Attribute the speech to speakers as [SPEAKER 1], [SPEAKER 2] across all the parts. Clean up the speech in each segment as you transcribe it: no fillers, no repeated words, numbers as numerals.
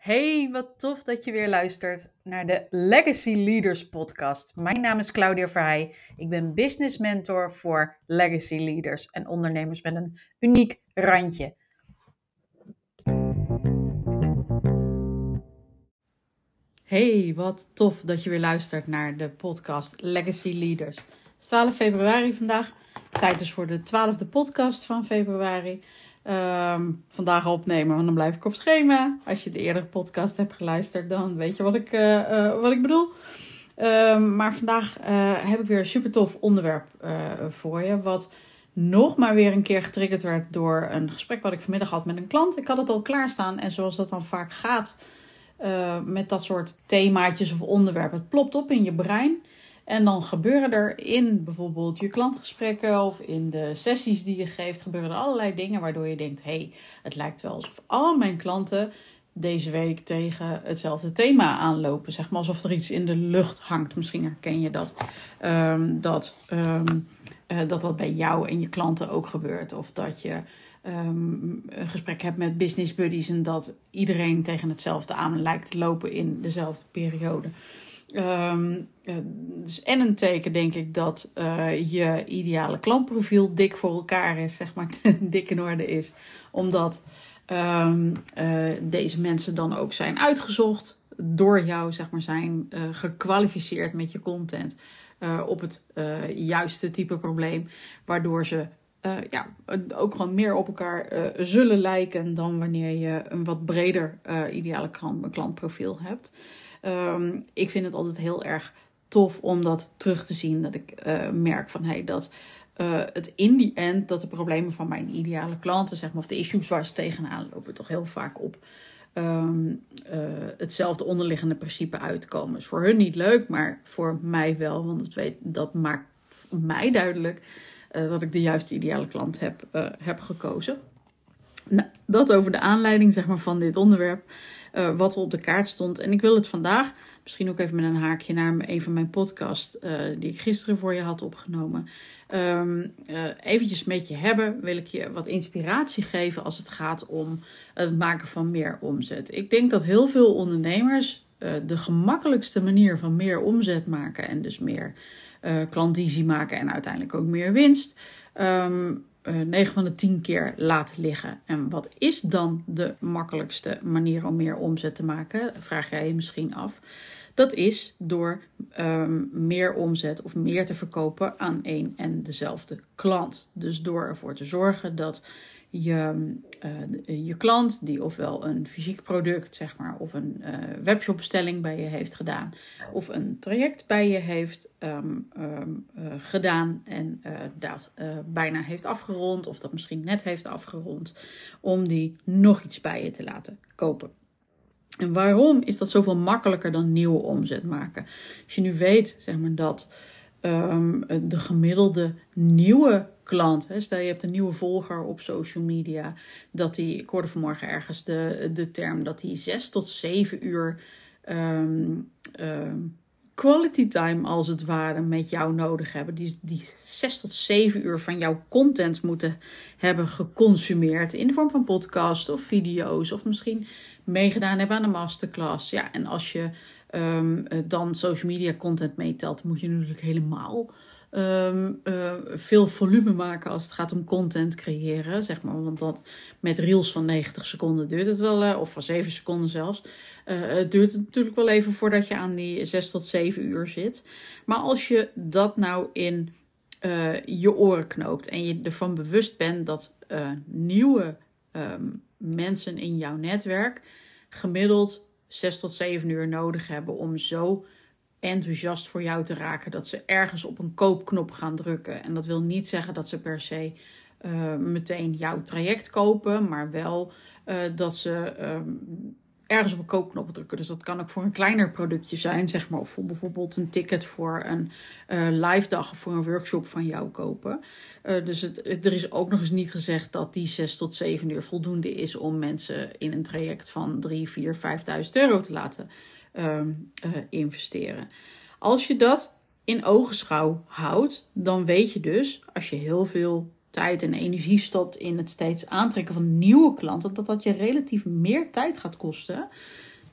[SPEAKER 1] Hey, wat tof dat je weer luistert naar de Legacy Leaders podcast. Mijn naam is Claudia Verheij. Ik ben business mentor voor Legacy Leaders en ondernemers met een uniek randje. Hey, wat tof dat je weer luistert naar de podcast Legacy Leaders. Het is 12 februari vandaag. Tijd is voor de 12e podcast van februari. Vandaag opnemen, want dan blijf ik op schema. Als je de eerdere podcast hebt geluisterd, dan weet je wat ik bedoel. Maar vandaag heb ik weer een super tof onderwerp voor je. Wat nog maar weer een keer getriggerd werd door een gesprek wat ik vanmiddag had met een klant. Ik had het al klaarstaan en zoals dat dan vaak gaat met dat soort themaatjes of onderwerpen. Het plopt op in je brein. En dan gebeuren er in bijvoorbeeld je klantgesprekken of in de sessies die je geeft, gebeuren er allerlei dingen waardoor je denkt, hey, het lijkt wel alsof al mijn klanten deze week tegen hetzelfde thema aanlopen. Zeg maar alsof er iets in de lucht hangt. Misschien herken je dat. Dat bij jou en je klanten ook gebeurt. Of dat je een gesprek hebt met business buddies en dat iedereen tegen hetzelfde aan lijkt te lopen in dezelfde periode. Dus en een teken denk ik dat je ideale klantprofiel dik voor elkaar is, zeg maar, dik in orde is. Omdat deze mensen dan ook zijn uitgezocht door jou, zeg maar, zijn gekwalificeerd met je content op het juiste type probleem, waardoor ze ook gewoon meer op elkaar zullen lijken dan wanneer je een wat breder ideale klantprofiel hebt. Ik vind het altijd heel erg tof om dat terug te zien. Dat ik merk van dat het in die end, dat de problemen van mijn ideale klanten, zeg maar, of de issues waar ze tegenaan lopen, toch heel vaak op hetzelfde onderliggende principe uitkomen. Is voor hun niet leuk, maar voor mij wel. Want dat maakt mij duidelijk dat ik de juiste ideale klant heb gekozen. Nou, dat over de aanleiding, zeg maar, van dit onderwerp. Wat er op de kaart stond. En ik wil het vandaag, misschien ook even met een haakje naar een van mijn podcasts die ik gisteren voor je had opgenomen. Eventjes met je hebben. Wil ik je wat inspiratie geven als het gaat om het maken van meer omzet. Ik denk dat heel veel ondernemers de gemakkelijkste manier van meer omzet maken en dus meer klandizie maken en uiteindelijk ook meer winst 9 van de 10 keer laten liggen. En wat is dan de makkelijkste manier om meer omzet te maken? Vraag jij je misschien af. Dat is door meer omzet of meer te verkopen aan één en dezelfde klant. Dus door ervoor te zorgen dat je klant, die ofwel een fysiek product, zeg maar, of een webshopbestelling bij je heeft gedaan, of een traject bij je heeft gedaan en dat bijna heeft afgerond, of dat misschien net heeft afgerond, om die nog iets bij je te laten kopen. En waarom is dat zoveel makkelijker dan nieuwe omzet maken? Als je nu weet, zeg maar, dat de gemiddelde nieuwe klant, stel je hebt een nieuwe volger op social media, dat die, ik hoorde vanmorgen ergens de term, dat die 6 tot 7 uur quality time als het ware met jou nodig hebben. Die 6 tot 7 uur van jouw content moeten hebben geconsumeerd in de vorm van podcast of video's of misschien meegedaan hebben aan een masterclass. Ja, en als je dan social media content meetelt, moet je natuurlijk helemaal veel volume maken als het gaat om content creëren, zeg maar. Want dat met reels van 90 seconden duurt het wel, of van 7 seconden zelfs. Het duurt natuurlijk wel even voordat je aan die 6 tot 7 uur zit. Maar als je dat nou in je oren knoopt en je ervan bewust bent dat nieuwe mensen in jouw netwerk gemiddeld 6 tot 7 uur nodig hebben om zo enthousiast voor jou te raken dat ze ergens op een koopknop gaan drukken. En dat wil niet zeggen dat ze per se meteen jouw traject kopen, maar wel dat ze ergens op een koopknop drukken. Dus dat kan ook voor een kleiner productje zijn, zeg maar, of voor bijvoorbeeld een ticket voor een live dag of voor een workshop van jou kopen. Dus er is ook nog eens niet gezegd dat die 6 tot 7 uur voldoende is om mensen in een traject van 3, 4, 5.000 euro te laten investeren. Als je dat in ogenschouw houdt, dan weet je dus, als je heel veel tijd en energie stopt in het steeds aantrekken van nieuwe klanten, dat je relatief meer tijd gaat kosten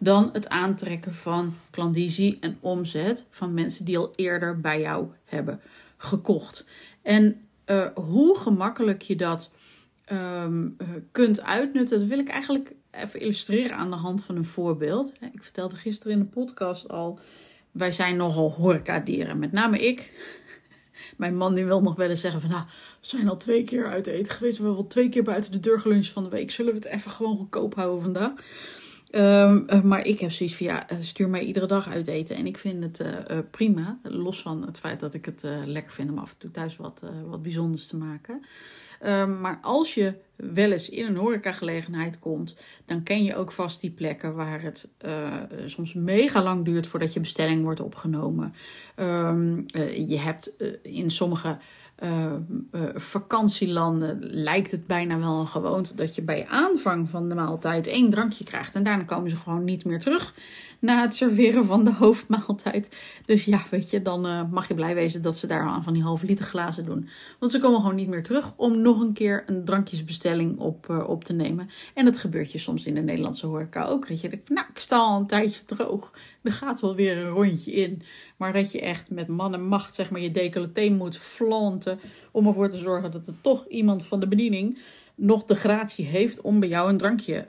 [SPEAKER 1] dan het aantrekken van klandizie en omzet van mensen die al eerder bij jou hebben gekocht. En hoe gemakkelijk je dat kunt uitnutten, dat wil ik eigenlijk even illustreren aan de hand van een voorbeeld. Ik vertelde gisteren in de podcast al, wij zijn nogal horecadieren, met name ik. Mijn man die wil nog wel eens zeggen van, nou, we zijn al 2 keer uit eten geweest. We hebben wel 2 keer buiten de deur geluncht van de week. Zullen we het even gewoon goedkoop houden vandaag? Maar ik heb zoiets van, stuur mij iedere dag uit eten. En ik vind het prima. Los van het feit dat ik het lekker vind om af en toe thuis wat bijzonders te maken. Maar als je wel eens in een horecagelegenheid komt, dan ken je ook vast die plekken waar het soms mega lang duurt voordat je bestelling wordt opgenomen. Je hebt in sommige vakantielanden lijkt het bijna wel een gewoonte dat je bij aanvang van de maaltijd 1 drankje krijgt. En daarna komen ze gewoon niet meer terug na het serveren van de hoofdmaaltijd. Dus ja, weet je, dan mag je blij wezen dat ze daar aan van die halve liter glazen doen. Want ze komen gewoon niet meer terug om nog een keer een drankjesbestelling op te nemen. En dat gebeurt je soms in de Nederlandse horeca ook. Dat je denkt, nou, ik sta al een tijdje droog. Er gaat wel weer een rondje in. Maar dat je echt met man en macht, zeg maar, je decolleté moet flanten om ervoor te zorgen dat er toch iemand van de bediening nog de gratie heeft om bij jou een drankje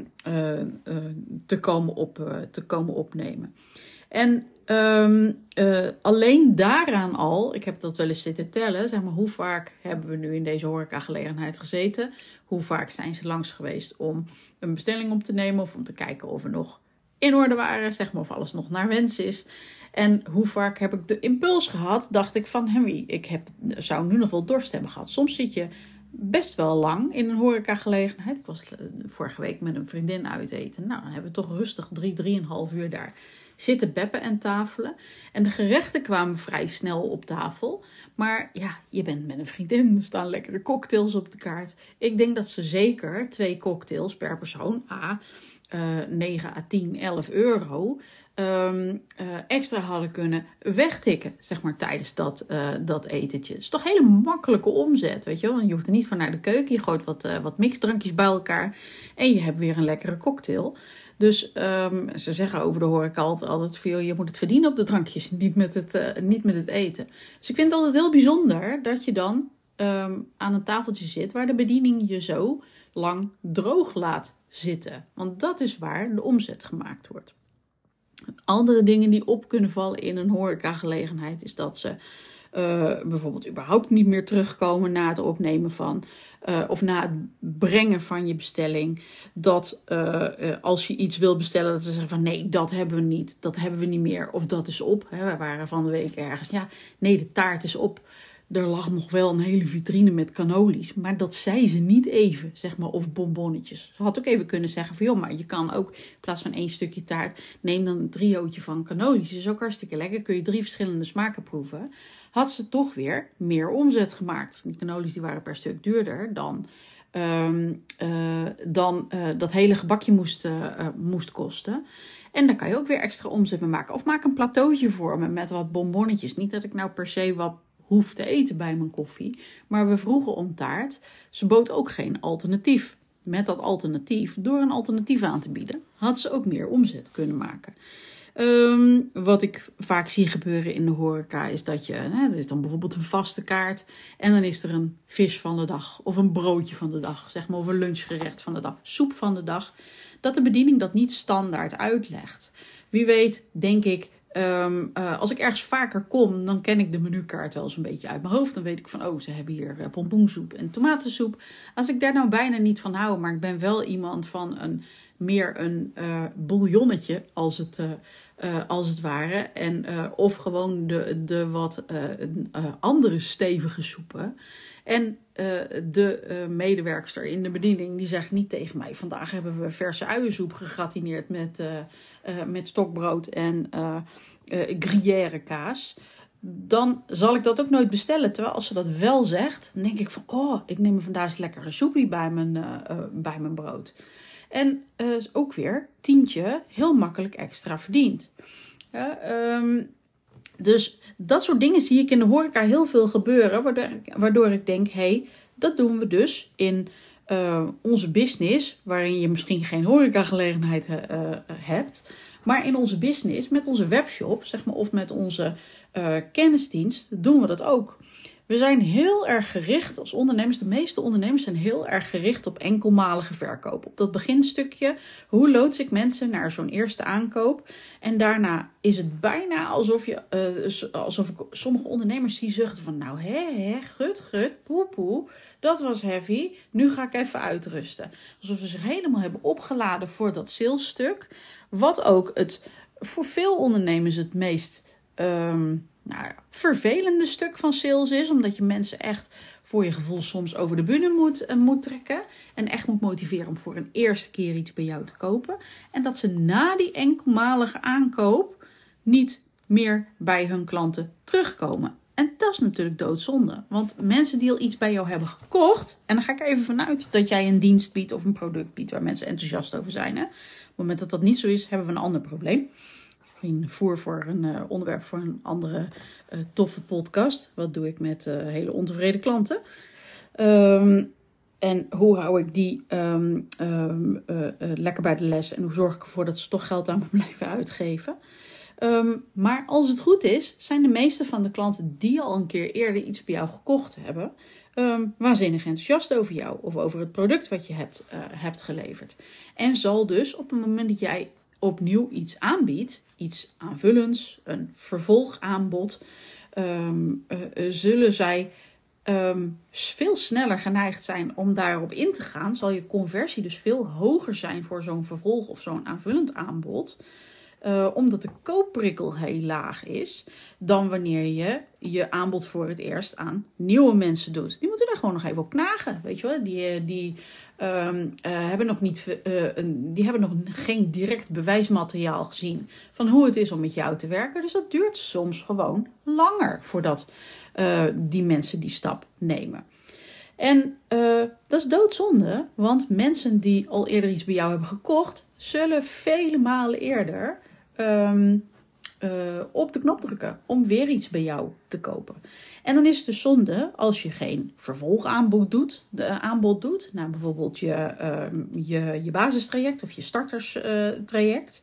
[SPEAKER 1] te komen opnemen. En alleen daaraan al, ik heb dat wel eens zitten tellen, zeg maar, hoe vaak hebben we nu in deze horecagelegenheid gezeten? Hoe vaak zijn ze langs geweest om een bestelling op te nemen of om te kijken of we nog in orde waren, zeg maar, of alles nog naar wens is. En hoe vaak heb ik de impuls gehad, dacht ik van, Henry, zou nu nog wel dorst hebben gehad. Soms zit je best wel lang in een horecagelegenheid. Ik was vorige week met een vriendin uit eten. Nou, dan hebben we toch rustig 3,5 uur daar zitten beppen en tafelen. En de gerechten kwamen vrij snel op tafel. Maar ja, je bent met een vriendin. Er staan lekkere cocktails op de kaart. Ik denk dat ze zeker 2 cocktails per persoon, 9 à 10, 11 euro... extra hadden kunnen wegtikken, zeg maar, tijdens dat etentje. Het is toch hele makkelijke omzet, weet je wel. Je hoeft er niet van naar de keuken. Je gooit wat mixdrankjes bij elkaar en je hebt weer een lekkere cocktail. Dus ze zeggen over de horeca altijd veel, je moet het verdienen op de drankjes, niet met het eten. Dus ik vind het altijd heel bijzonder dat je dan aan een tafeltje zit waar de bediening je zo lang droog laat zitten. Want dat is waar de omzet gemaakt wordt. Andere dingen die op kunnen vallen in een horecagelegenheid is dat ze bijvoorbeeld überhaupt niet meer terugkomen na het opnemen van of na het brengen van je bestelling. Dat als je iets wil bestellen, dat ze zeggen van nee, dat hebben we niet, dat hebben we niet meer of dat is op. We waren van de week ergens, ja, nee, de taart is op. Er lag nog wel een hele vitrine met cannolies. Maar dat zei ze niet even, zeg maar, of bonbonnetjes. Ze had ook even kunnen zeggen van, joh, maar je kan ook in plaats van 1 stukje taart, neem dan een triootje van cannolies. Dat is ook hartstikke lekker. Kun je 3 verschillende smaken proeven. Had ze toch weer meer omzet gemaakt. Die cannolies die waren per stuk duurder dan dat hele gebakje moest kosten. En daar kan je ook weer extra omzet mee maken. Of maak een plateautje voor me met wat bonbonnetjes. Niet dat ik nou per se wat hoef te eten bij mijn koffie. Maar we vroegen om taart. Ze bood ook geen alternatief. Met dat alternatief, door een alternatief aan te bieden, had ze ook meer omzet kunnen maken. Wat ik vaak zie gebeuren in de horeca is dat er is dan bijvoorbeeld een vaste kaart. En dan is er een vis van de dag. Of een broodje van de dag. Zeg maar, of een lunchgerecht van de dag. Soep van de dag. Dat de bediening dat niet standaard uitlegt. Wie weet, denk ik, als ik ergens vaker kom, dan ken ik de menukaart wel eens een beetje uit mijn hoofd. Dan weet ik van, ze hebben hier pompoensoep en tomatensoep. Als ik daar nou bijna niet van hou, maar ik ben wel iemand van meer een bouillonnetje als het ware. En, of gewoon de wat andere stevige soepen. En de medewerkster in de bediening die zegt niet tegen mij, vandaag hebben we verse uiensoep gegratineerd met stokbrood en gruyère kaas. Dan zal ik dat ook nooit bestellen. Terwijl als ze dat wel zegt, dan denk ik van, ik neem me vandaag eens lekkere soepie bij mijn brood. En ook weer, tientje, heel makkelijk extra verdiend. Dus dat soort dingen zie ik in de horeca heel veel gebeuren. Waardoor ik denk, dat doen we dus in onze business, waarin je misschien geen horecagelegenheid hebt, maar in onze business, met onze webshop, zeg maar, of met onze kennisdienst, doen we dat ook. We zijn heel erg gericht als ondernemers, de meeste ondernemers zijn heel erg gericht op enkelmalige verkoop. Op dat beginstukje, hoe loods ik mensen naar zo'n eerste aankoop? En daarna is het bijna alsof ik sommige ondernemers zie zuchten van, nou gut, poe, dat was heavy, nu ga ik even uitrusten. Alsof ze zich helemaal hebben opgeladen voor dat salesstuk. Wat ook voor veel ondernemers het meest vervelende stuk van sales is. Omdat je mensen echt voor je gevoel soms over de bühne moet trekken. En echt moet motiveren om voor een eerste keer iets bij jou te kopen. En dat ze na die enkelmalige aankoop niet meer bij hun klanten terugkomen. En dat is natuurlijk doodzonde. Want mensen die al iets bij jou hebben gekocht. En dan ga ik even vanuit dat jij een dienst biedt of een product biedt waar mensen enthousiast over zijn. Hè? Op het moment dat dat niet zo is, hebben we een ander probleem. Misschien voer voor een onderwerp voor een andere toffe podcast. Wat doe ik met hele ontevreden klanten? En hoe hou ik die lekker bij de les? En hoe zorg ik ervoor dat ze toch geld aan me blijven uitgeven? Maar als het goed is, zijn de meeste van de klanten die al een keer eerder iets bij jou gekocht hebben, waanzinnig enthousiast over jou of over het product wat je hebt geleverd. En zal dus op het moment dat jij opnieuw iets aanbiedt, iets aanvullends, een vervolgaanbod, zullen zij veel sneller geneigd zijn om daarop in te gaan. Zal je conversie dus veel hoger zijn voor zo'n vervolg of zo'n aanvullend aanbod. Omdat de koopprikkel heel laag is, dan wanneer je je aanbod voor het eerst aan nieuwe mensen doet. Die moeten daar gewoon nog even op knagen, weet je wel. Die hebben nog geen direct bewijsmateriaal gezien van hoe het is om met jou te werken. Dus dat duurt soms gewoon langer voordat die mensen die stap nemen. En dat is doodzonde, want mensen die al eerder iets bij jou hebben gekocht, zullen vele malen eerder op de knop drukken om weer iets bij jou te kopen. En dan is het dus zonde als je geen vervolgaanbod doet. Nou, bijvoorbeeld je basistraject of je starterstraject.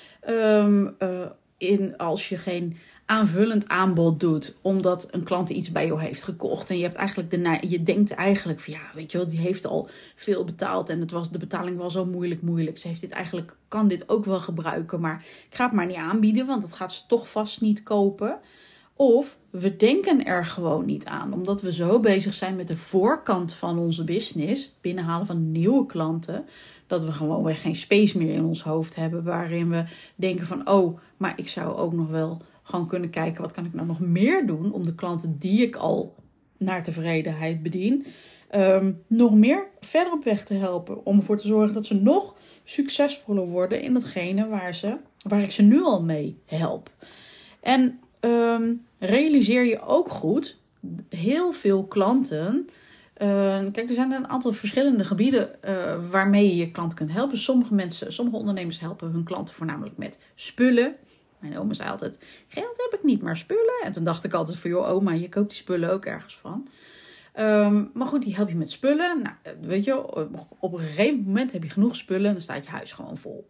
[SPEAKER 1] Als je geen aanvullend aanbod doet, omdat een klant iets bij jou heeft gekocht. En je denkt eigenlijk van, ja, weet je wel, die heeft al veel betaald en de betaling was al moeilijk. Ze heeft kan dit ook wel gebruiken, maar ik ga het maar niet aanbieden, want dat gaat ze toch vast niet kopen. Of we denken er gewoon niet aan, omdat we zo bezig zijn met de voorkant van onze business, het binnenhalen van nieuwe klanten, dat we gewoon weer geen space meer in ons hoofd hebben, waarin we denken van, oh, maar ik zou ook nog wel gewoon kunnen kijken, wat kan ik nou nog meer doen om de klanten die ik al naar tevredenheid bedien, nog meer verder op weg te helpen. Om ervoor te zorgen dat ze nog succesvoller worden in datgene waar ik ze nu al mee help. En realiseer je ook goed, heel veel klanten. Kijk, er zijn een aantal verschillende gebieden waarmee je je klant kunt helpen. Sommige ondernemers helpen hun klanten voornamelijk met spullen. Mijn oma zei altijd, geld heb ik niet, maar spullen. En toen dacht ik altijd van, joh oma, je koopt die spullen ook ergens van. Maar goed, die help je met spullen. Nou, weet je, op een gegeven moment heb je genoeg spullen en dan staat je huis gewoon vol.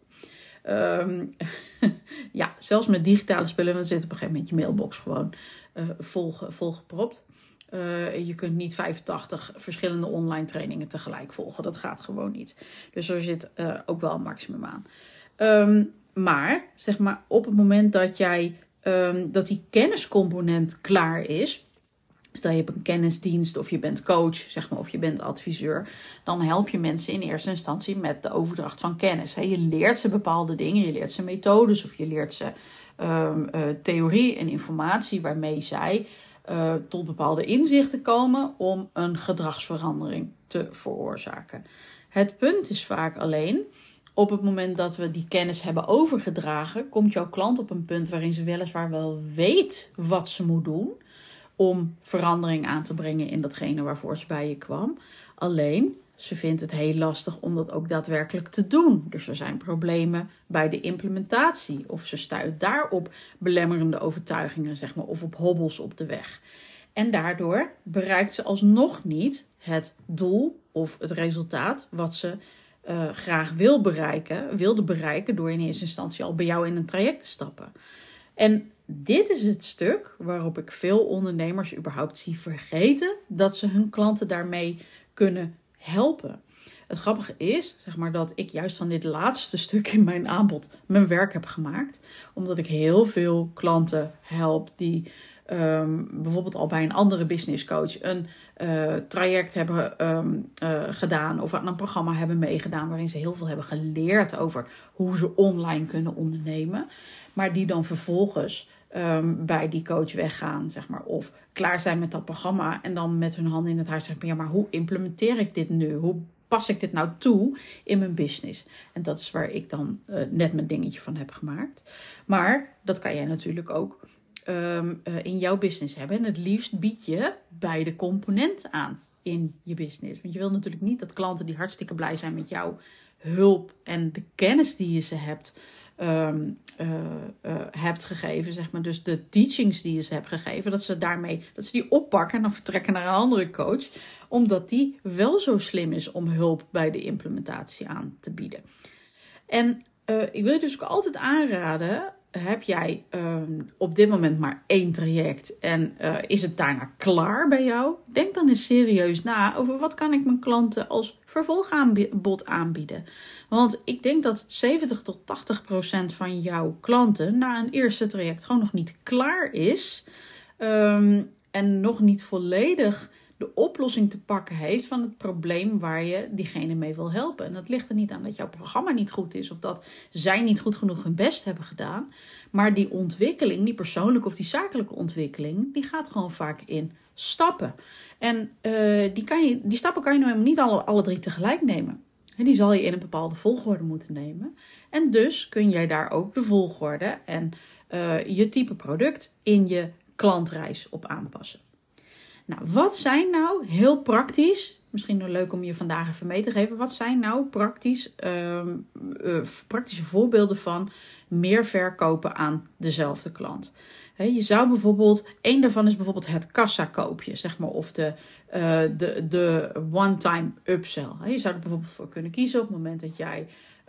[SPEAKER 1] Ja, zelfs met digitale spullen, dan zit op een gegeven moment je mailbox gewoon volgepropt. Je kunt niet 85 verschillende online trainingen tegelijk volgen. Dat gaat gewoon niet. Dus er zit ook wel een maximum aan. Maar, zeg maar, op het moment dat die kenniscomponent klaar is, stel je hebt een kennisdienst of je bent coach, zeg maar, of je bent adviseur, dan help je mensen in eerste instantie met de overdracht van kennis. Je leert ze bepaalde dingen, je leert ze methodes of je leert ze theorie en informatie waarmee zij tot bepaalde inzichten komen om een gedragsverandering te veroorzaken. Het punt is vaak alleen, op het moment dat we die kennis hebben overgedragen, komt jouw klant op een punt waarin ze weliswaar wel weet wat ze moet doen om verandering aan te brengen in datgene waarvoor ze bij je kwam. Alleen, ze vindt het heel lastig om dat ook daadwerkelijk te doen. Dus er zijn problemen bij de implementatie. Of ze stuit daarop belemmerende overtuigingen, zeg maar, of op hobbels op de weg. En daardoor bereikt ze alsnog niet het doel of het resultaat wat ze graag wilde bereiken door in eerste instantie al bij jou in een traject te stappen. En dit is het stuk waarop ik veel ondernemers überhaupt zie vergeten dat ze hun klanten daarmee kunnen helpen. Het grappige is, zeg maar, dat ik juist van dit laatste stuk in mijn aanbod mijn werk heb gemaakt. Omdat ik heel veel klanten help die bijvoorbeeld al bij een andere business coach een traject hebben gedaan of aan een programma hebben meegedaan waarin ze heel veel hebben geleerd over hoe ze online kunnen ondernemen. Maar die dan vervolgens bij die coach weggaan, zeg maar, of klaar zijn met dat programma en dan met hun handen in het haar zeggen, ja, maar hoe implementeer ik dit nu? Hoe pas ik dit nou toe in mijn business? En dat is waar ik dan net mijn dingetje van heb gemaakt. Maar dat kan jij natuurlijk ook in jouw business hebben. En het liefst bied je beide componenten aan in je business. Want je wil natuurlijk niet dat klanten die hartstikke blij zijn met jouw hulp en de kennis die je ze hebt gegeven, zeg maar, dus de teachings die je ze hebt gegeven, dat ze die oppakken en dan vertrekken naar een andere coach, omdat die wel zo slim is om hulp bij de implementatie aan te bieden. En ik wil je dus ook altijd aanraden, heb jij op dit moment maar 1 traject en is het daarna klaar bij jou? Denk dan eens serieus na over wat kan ik mijn klanten als vervolgaanbod aanbieden. Want ik denk dat 70-80% van jouw klanten na een eerste traject gewoon nog niet klaar is. En nog niet volledig de oplossing te pakken heeft van het probleem waar je diegene mee wil helpen. En dat ligt er niet aan dat jouw programma niet goed is of dat zij niet goed genoeg hun best hebben gedaan. Maar die ontwikkeling, die persoonlijke of die zakelijke ontwikkeling, die gaat gewoon vaak in stappen. En die stappen kan je nou helemaal niet alle 3 tegelijk nemen. En die zal je in een bepaalde volgorde moeten nemen. En dus kun jij daar ook de volgorde en je type product in je klantreis op aanpassen. Nou, wat zijn nou heel praktisch, misschien nog leuk om je vandaag even mee te geven, wat zijn nou praktische voorbeelden van meer verkopen aan dezelfde klant? Je zou bijvoorbeeld, één daarvan is bijvoorbeeld het kassakoopje, zeg maar, of de one-time upsell. Je zou er bijvoorbeeld voor kunnen kiezen op het moment dat jij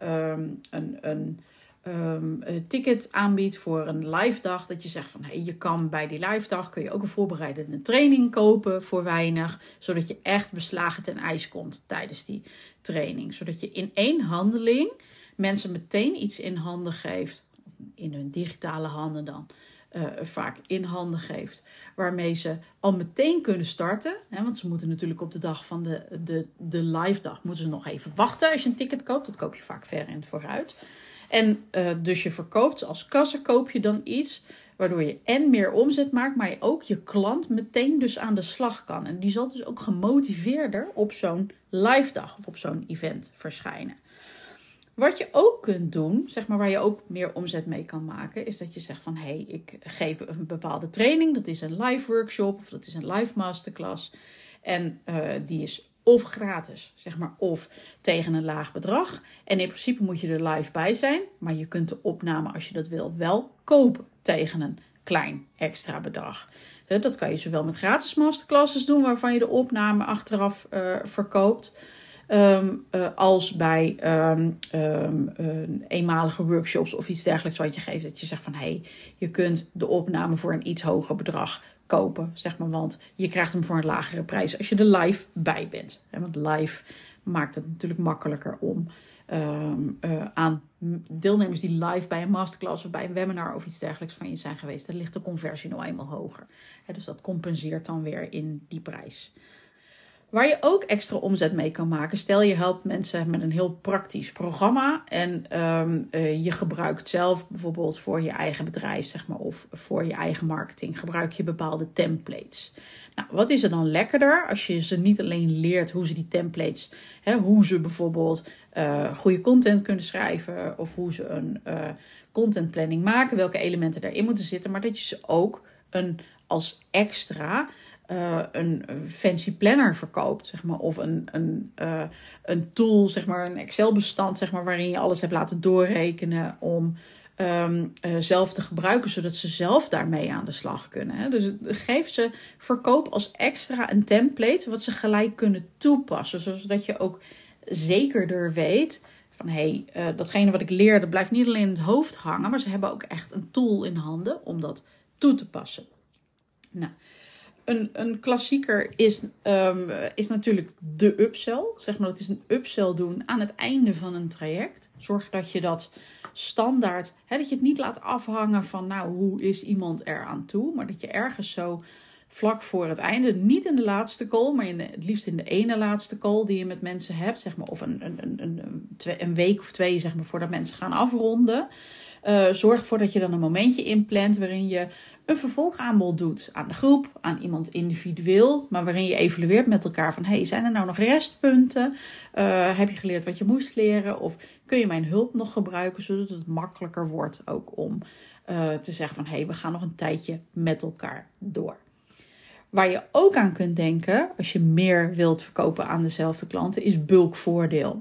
[SPEAKER 1] een ticket aanbiedt voor een live dag, dat je zegt van je kan bij die live dag kun je ook een voorbereidende training kopen voor weinig, zodat je echt beslagen ten ijs komt tijdens die training, zodat je in 1 handeling mensen meteen iets in handen geeft, in hun digitale handen dan vaak in handen geeft, waarmee ze al meteen kunnen starten, want ze moeten natuurlijk op de dag van de live dag moeten ze nog even wachten als je een ticket koopt, dat koop je vaak ver in het vooruit. En dus je verkoopt als kassa, koop je dan iets waardoor je en meer omzet maakt, maar je ook je klant meteen dus aan de slag kan. En die zal dus ook gemotiveerder op zo'n live dag of op zo'n event verschijnen. Wat je ook kunt doen, zeg maar, waar je ook meer omzet mee kan maken, is dat je zegt van ik geef een bepaalde training, dat is een live workshop of dat is een live masterclass. En die is of gratis, zeg maar, of tegen een laag bedrag. En in principe moet je er live bij zijn, maar je kunt de opname, als je dat wil, wel kopen tegen een klein extra bedrag. Dat kan je zowel met gratis masterclasses doen, waarvan je de opname achteraf verkoopt, als bij eenmalige workshops of iets dergelijks wat je geeft. Dat je zegt van je kunt de opname voor een iets hoger bedrag kopen, zeg maar, want je krijgt hem voor een lagere prijs als je er live bij bent. Want live maakt het natuurlijk makkelijker om aan deelnemers die live bij een masterclass of bij een webinar of iets dergelijks van je zijn geweest, dan ligt de conversie nog eenmaal hoger. Dus dat compenseert dan weer in die prijs. Waar je ook extra omzet mee kan maken. Stel je helpt mensen met een heel praktisch programma. En je gebruikt zelf bijvoorbeeld voor je eigen bedrijf, zeg maar, of voor je eigen marketing, gebruik je bepaalde templates. Nou, wat is er dan lekkerder als je ze niet alleen leert hoe ze die templates, hoe ze bijvoorbeeld goede content kunnen schrijven, of hoe ze een contentplanning maken, welke elementen daarin moeten zitten, maar dat je ze ook als extra een fancy planner verkoopt, zeg maar, of een tool, zeg maar, een Excel-bestand, zeg maar, waarin je alles hebt laten doorrekenen om zelf te gebruiken, zodat ze zelf daarmee aan de slag kunnen. Hè? Dus geef ze verkoop als extra een template wat ze gelijk kunnen toepassen, zodat je ook zekerder weet van datgene wat ik leer, dat blijft niet alleen in het hoofd hangen, maar ze hebben ook echt een tool in handen om dat toe te passen. Nou, een klassieker is natuurlijk de upsell. Zeg maar, dat is een upsell doen aan het einde van een traject. Zorg dat je dat standaard, dat je het niet laat afhangen van hoe is iemand eraan toe. Maar dat je ergens zo vlak voor het einde, niet in de laatste call, maar het liefst in de ene laatste call die je met mensen hebt. Zeg maar, of een week of 2 zeg maar, voordat mensen gaan afronden. Zorg ervoor dat je dan een momentje inplant waarin je een vervolgaanbod doet aan de groep, aan iemand individueel, maar waarin je evalueert met elkaar van zijn er nou nog restpunten? Heb je geleerd wat je moest leren? Of kun je mijn hulp nog gebruiken, zodat het makkelijker wordt ook om te zeggen van we gaan nog een tijdje met elkaar door. Waar je ook aan kunt denken, als je meer wilt verkopen aan dezelfde klanten, is bulkvoordeel.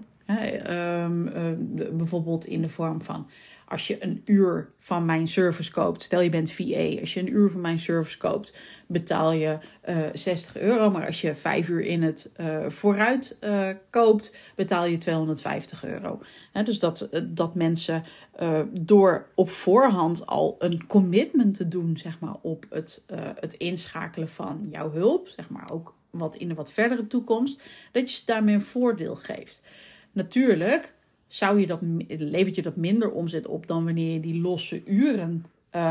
[SPEAKER 1] Bijvoorbeeld in de vorm van, als je een uur van mijn service koopt, stel je bent VA, als je een uur van mijn service koopt, betaal je €60. Maar als je 5 uur in het vooruit koopt, betaal je €250. Dus dat mensen door op voorhand al een commitment te doen, zeg maar, op het inschakelen van jouw hulp, zeg maar ook in de wat verdere toekomst, dat je ze daarmee een voordeel geeft. Natuurlijk levert je dat minder omzet op dan wanneer je die losse uren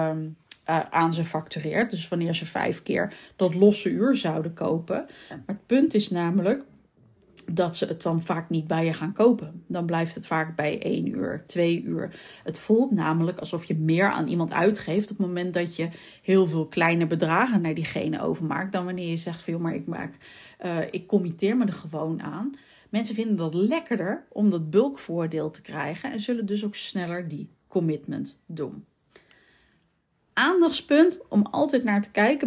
[SPEAKER 1] aan ze factureert. Dus wanneer ze 5 keer dat losse uur zouden kopen. Maar het punt is namelijk dat ze het dan vaak niet bij je gaan kopen. Dan blijft het vaak bij 1 uur, 2 uur. Het voelt namelijk alsof je meer aan iemand uitgeeft op het moment dat je heel veel kleine bedragen naar diegene overmaakt, dan wanneer je zegt van maar ik committeer me er gewoon aan. Mensen vinden dat lekkerder om dat bulkvoordeel te krijgen en zullen dus ook sneller die commitment doen. Aandachtspunt om altijd naar te kijken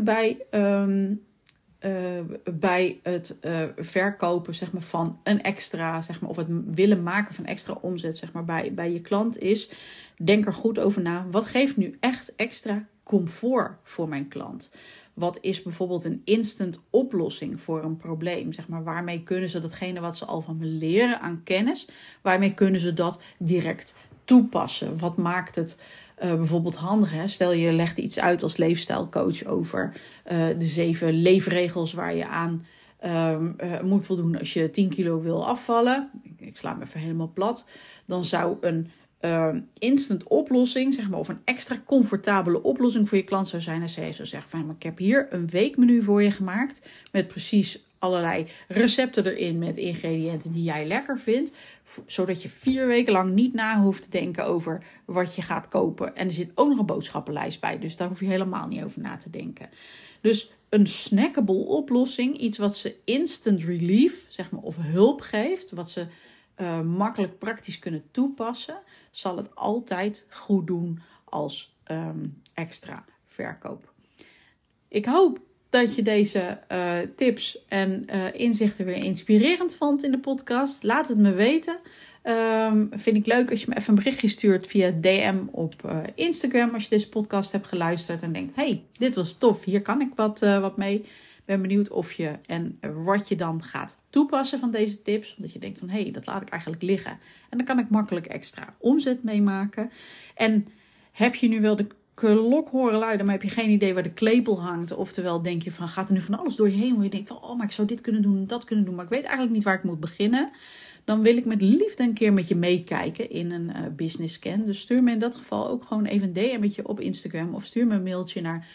[SPEAKER 1] bij het verkopen, zeg maar, van een extra, zeg maar, of het willen maken van extra omzet, zeg maar, bij je klant is, denk er goed over na. Wat geeft nu echt extra comfort voor mijn klant? Wat is bijvoorbeeld een instant oplossing voor een probleem? Zeg maar, waarmee kunnen ze datgene wat ze al van me leren aan kennis, waarmee kunnen ze dat direct toepassen? Wat maakt het bijvoorbeeld handig? Hè? Stel je legt iets uit als leefstijlcoach over de 7 leefregels waar je aan moet voldoen als je 10 kilo wil afvallen. Ik sla hem even helemaal plat. Dan zou een instant oplossing, zeg maar, of een extra comfortabele oplossing voor je klant zou zijn als zij zou zeggen van, maar ik heb hier een weekmenu voor je gemaakt met precies allerlei recepten erin met ingrediënten die jij lekker vindt, zodat je 4 weken lang niet na hoeft te denken over wat je gaat kopen. En er zit ook nog een boodschappenlijst bij, dus daar hoef je helemaal niet over na te denken. Dus een snackable oplossing, iets wat ze instant relief, zeg maar, of hulp geeft, wat ze makkelijk praktisch kunnen toepassen, zal het altijd goed doen als extra verkoop. Ik hoop dat je deze tips en inzichten weer inspirerend vond in de podcast. Laat het me weten. Vind ik leuk als je me even een berichtje stuurt via DM op Instagram als je deze podcast hebt geluisterd en denkt, dit was tof, hier kan ik wat mee. Ben benieuwd of je en wat je dan gaat toepassen van deze tips. Omdat je denkt van, dat laat ik eigenlijk liggen. En dan kan ik makkelijk extra omzet mee maken. En heb je nu wel de klok horen luiden, maar heb je geen idee waar de klepel hangt? Oftewel denk je van, gaat er nu van alles door je heen? Waar je denkt van, maar ik zou dit kunnen doen en dat kunnen doen. Maar ik weet eigenlijk niet waar ik moet beginnen. Dan wil ik met liefde een keer met je meekijken in een business scan. Dus stuur me in dat geval ook gewoon even een DM'tje op Instagram. Of stuur me een mailtje naar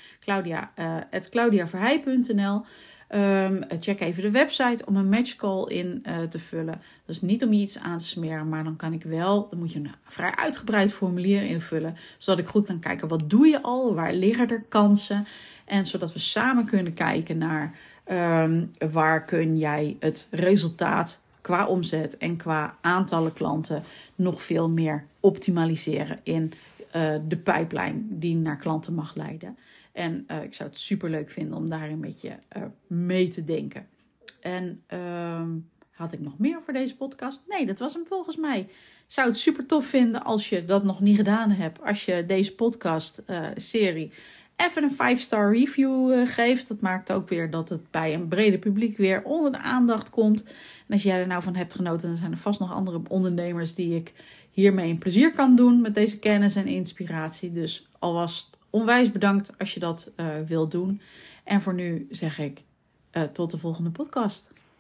[SPEAKER 1] claudia@claudiaverheij.nl. Check even de website om een matchcall in te vullen. Dus niet om je iets aan te smeren, maar dan moet je een vrij uitgebreid formulier invullen. Zodat ik goed kan kijken, wat doe je al? Waar liggen er kansen? En zodat we samen kunnen kijken naar waar kun jij het resultaat qua omzet en qua aantallen klanten nog veel meer optimaliseren in de pijplijn die naar klanten mag leiden. En ik zou het super leuk vinden om daarin met je mee te denken. En Had ik nog meer voor deze podcast? Nee, dat was hem volgens mij. Zou het super tof vinden als je dat nog niet gedaan hebt. Als je deze podcast serie even een 5-star review geeft. Dat maakt ook weer dat het bij een breder publiek weer onder de aandacht komt. En als jij er nou van hebt genoten, dan zijn er vast nog andere ondernemers die ik hiermee een plezier kan doen met deze kennis en inspiratie. Dus alvast onwijs bedankt als je dat wilt doen. En voor nu zeg ik tot de volgende podcast.